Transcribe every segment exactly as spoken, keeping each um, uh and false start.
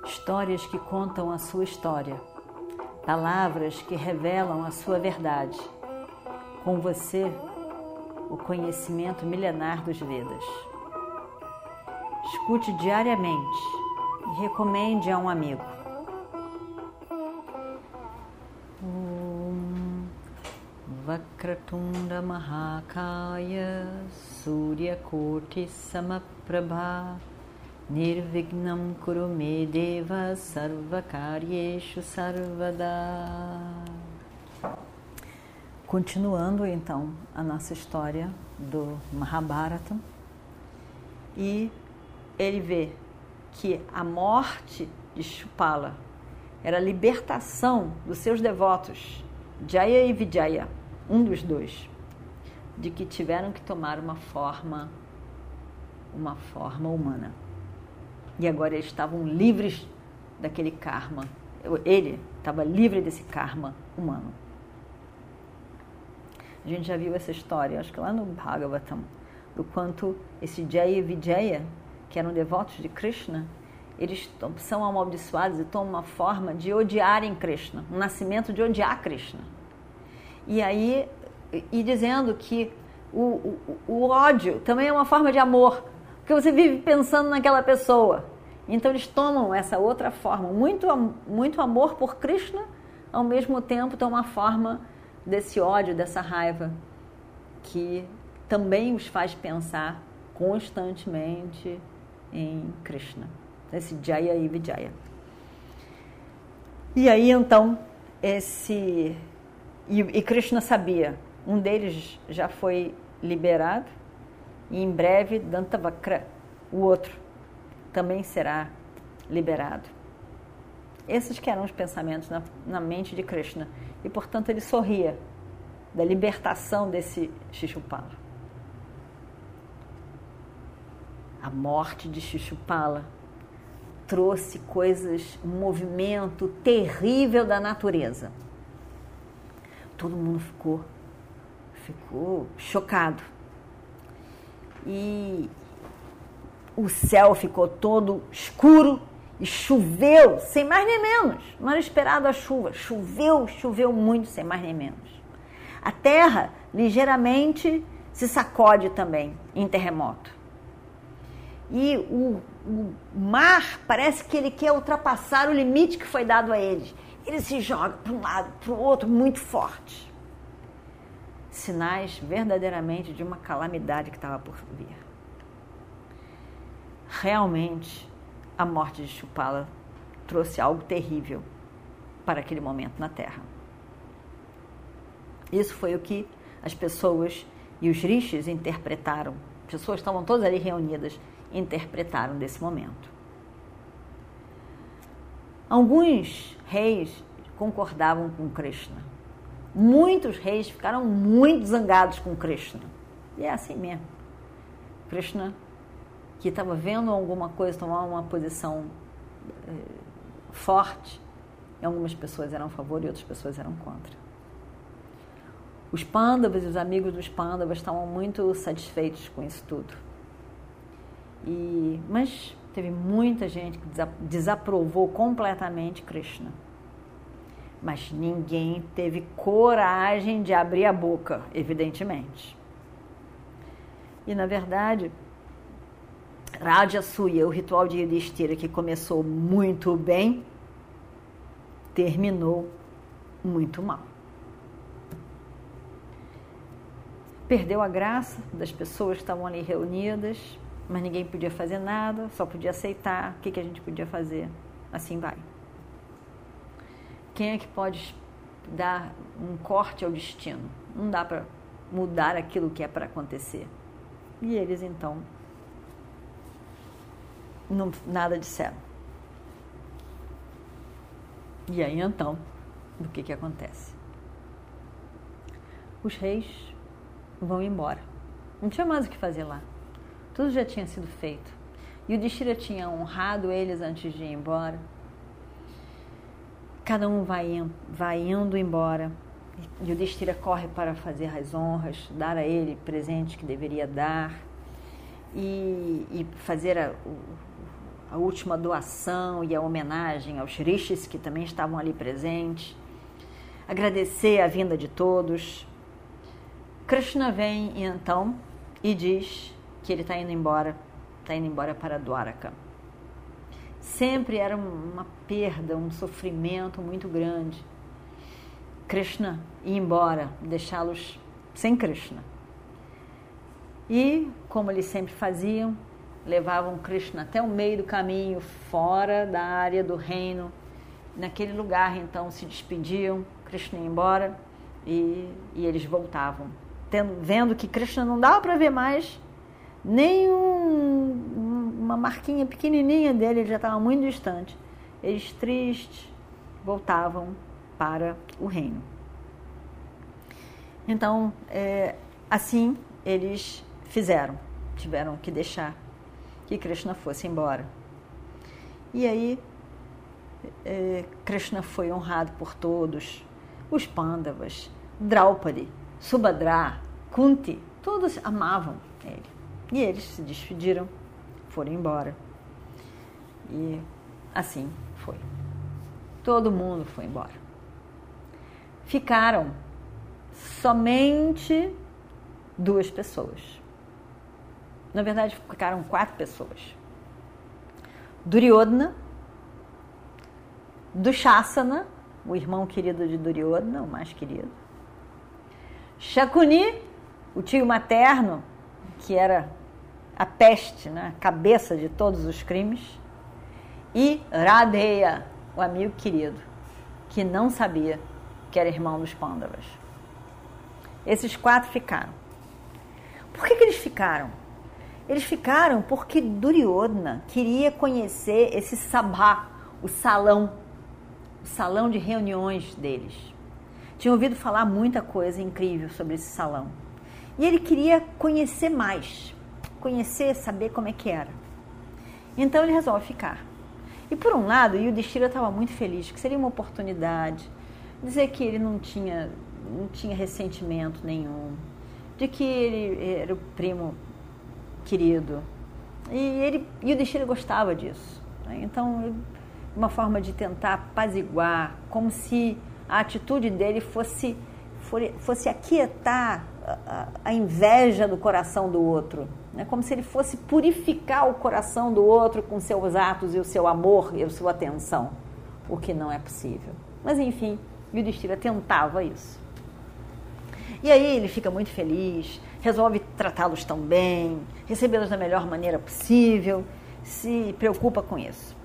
Histórias que contam a sua história, palavras que revelam a sua verdade. Com você, o conhecimento milenar dos Vedas. Escute diariamente e recomende a um amigo. Om Vakratunda Mahakaya Suryakoti Samaprabha Nirvignam Kurume Deva Sarvakaryeshu Sarvada. Continuando então a nossa história do Mahabharata, e ele vê que a morte de Shupala era a libertação dos seus devotos, Jaya e Vijaya, um dos dois, de que tiveram que tomar uma forma, uma forma humana. E agora eles estavam livres daquele karma. Ele estava livre desse karma humano. A gente já viu essa história, acho que lá no Bhagavatam, do quanto esse Jaya e Vijaya, que eram devotos de Krishna, eles são amaldiçoados e tomam uma forma de odiarem Krishna, um nascimento de odiar Krishna. E aí, e dizendo que o, o, o ódio também é uma forma de amor, porque você vive pensando naquela pessoa. Então eles tomam essa outra forma, muito, muito amor por Krishna, ao mesmo tempo tomam a forma desse ódio, dessa raiva, que também os faz pensar constantemente em Krishna, esse Jaya e Vijaya. E aí então, esse... E, e Krishna sabia, um deles já foi liberado, e em breve Dantavakra, o outro, também será liberado. Esses que eram os pensamentos na, na mente de Krishna. E, portanto, ele sorria da libertação desse Shishupala. A morte de Shishupala trouxe coisas, um movimento terrível da natureza. Todo mundo ficou, ficou chocado. E o céu ficou todo escuro e choveu, sem mais nem menos. Não era esperado a chuva. Choveu, choveu muito, sem mais nem menos. A terra ligeiramente se sacode também em terremoto. E o, o mar parece que ele quer ultrapassar o limite que foi dado a ele. Ele se joga para um lado, para o outro, muito forte. Sinais verdadeiramente de uma calamidade que estava por vir. Realmente, a morte de Shupala trouxe algo terrível para aquele momento na Terra. Isso foi o que as pessoas e os rishis interpretaram. As pessoas estavam todas ali reunidas, interpretaram desse momento. Alguns reis concordavam com Krishna. Muitos reis ficaram muito zangados com Krishna. E é assim mesmo. Krishna, que estava vendo alguma coisa, tomar uma posição eh, forte, e algumas pessoas eram a favor e outras pessoas eram contra. Os Pandavas e os amigos dos Pandavas estavam muito satisfeitos com isso tudo. E, mas teve muita gente que desaprovou completamente Krishna. Mas ninguém teve coragem de abrir a boca, evidentemente. E, na verdade, Rajasuya, o ritual de Yudhishthira, que começou muito bem, terminou muito mal. Perdeu a graça das pessoas que estavam ali reunidas, mas ninguém podia fazer nada, só podia aceitar. O que, que a gente podia fazer? Assim vai. Quem é que pode dar um corte ao destino? Não dá para mudar aquilo que é para acontecer. E eles, então, não, nada disseram. E aí, então, o que, que acontece? Os reis vão embora. Não tinha mais o que fazer lá. Tudo já tinha sido feito. E o Yudhishthira tinha honrado eles antes de ir embora. Cada um vai, vai indo embora. E o Yudhishthira corre para fazer as honras, dar a ele presentes que deveria dar, e, e fazer a, a última doação e a homenagem aos rishis que também estavam ali presentes, agradecer a vinda de todos. Krishna vem então e diz que ele está indo embora, está indo embora para Dwaraka. Sempre era uma perda, um sofrimento muito grande. Krishna ir embora, deixá-los sem Krishna. E, como eles sempre faziam, levavam Krishna até o meio do caminho, fora da área do reino. Naquele lugar, então, se despediam, Krishna ia embora e, e eles voltavam. Tendo, vendo que Krishna não dava para ver mais, nem um, uma marquinha pequenininha dele, ele já estava muito distante. Eles, tristes, voltavam para o reino. Então, é, assim, eles fizeram, tiveram que deixar que Krishna fosse embora. E aí, é, Krishna foi honrado por todos, os Pandavas, Draupadi, Subhadra, Kunti, todos amavam ele. E eles se despediram, foram embora. E assim foi. Todo mundo foi embora. Ficaram somente duas pessoas. Na verdade, ficaram quatro pessoas. Duryodhana, Dushasana, o irmão querido de Duryodhana, o mais querido. Shakuni, o tio materno, que era a peste, né, a cabeça de todos os crimes. E Radheya, o amigo querido, que não sabia que era irmão dos Pandavas. Esses quatro ficaram. Por que que eles ficaram? Eles ficaram porque Duryodhana queria conhecer esse sabha, o salão, o salão de reuniões deles. Tinha ouvido falar muita coisa incrível sobre esse salão. E ele queria conhecer mais, conhecer, saber como é que era. Então ele resolve ficar. E por um lado, Yudhishthira estava muito feliz, que seria uma oportunidade, dizer que ele não tinha, não tinha ressentimento nenhum, de que ele era o primo querido. E ele, Yudhishthira gostava disso. Né? Então, uma forma de tentar apaziguar, como se a atitude dele fosse, fosse aquietar a, a inveja do coração do outro, né? Como se ele fosse purificar o coração do outro com seus atos e o seu amor e a sua atenção, o que não é possível. Mas, enfim, Yudhishthira tentava isso. E aí ele fica muito feliz, resolve tratá-los tão bem, recebê-los da melhor maneira possível, se preocupa com isso.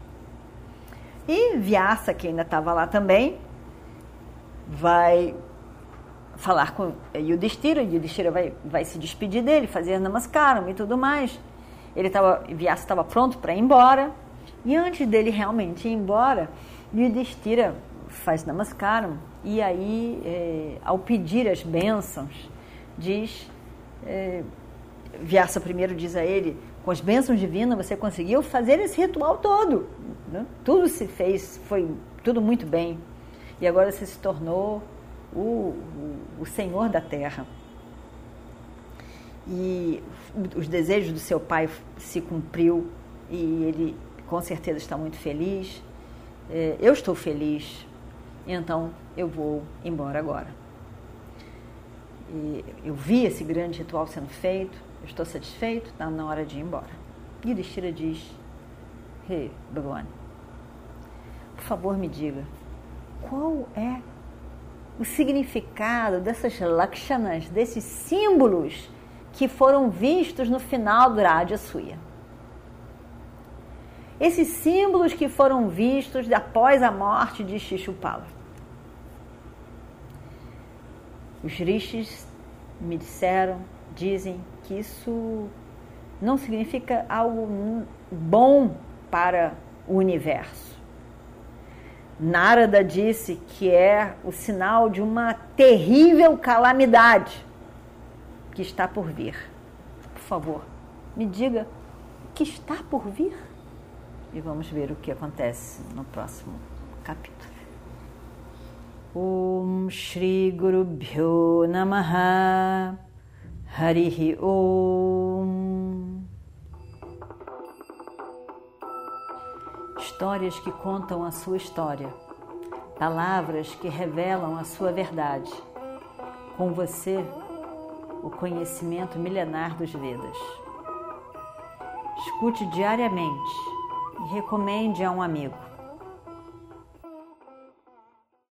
E Vyasa, que ainda estava lá também, vai falar com Yudhishthira, Yudhishthira vai, vai se despedir dele, fazer namaskaram e tudo mais. Ele tava, Vyasa estava pronto para ir embora, e antes dele realmente ir embora, Yudhishthira faz namaskaram, e aí, é, ao pedir as bênçãos, diz, é, Vyasa primeiro diz a ele, com as bênçãos divinas você conseguiu fazer esse ritual todo, né? Tudo se fez, foi tudo muito bem, e agora você se tornou o, o, o senhor da terra. E os desejos do seu pai se cumpriu, e ele com certeza está muito feliz. É, eu estou feliz, então eu vou embora agora. E eu vi esse grande ritual sendo feito, eu estou satisfeito, está na hora de ir embora. E Yudhishthira diz, Hey, Bhagavan, por favor me diga, qual é o significado dessas lakshanas, desses símbolos que foram vistos no final do Rajasuya? Esses símbolos que foram vistos após a morte de Shishupala. Os rishis me disseram, dizem que isso não significa algo bom para o universo. Narada disse que é o sinal de uma terrível calamidade que está por vir. Por favor, me diga o que está por vir? E vamos ver o que acontece no próximo capítulo. Om Shri Guru Bhyo Namaha Harihi Om. histórias que contam a sua história, palavras que revelam a sua verdade. Com você, o conhecimento milenar dos Vedas. Escute diariamente e recomende a um amigo.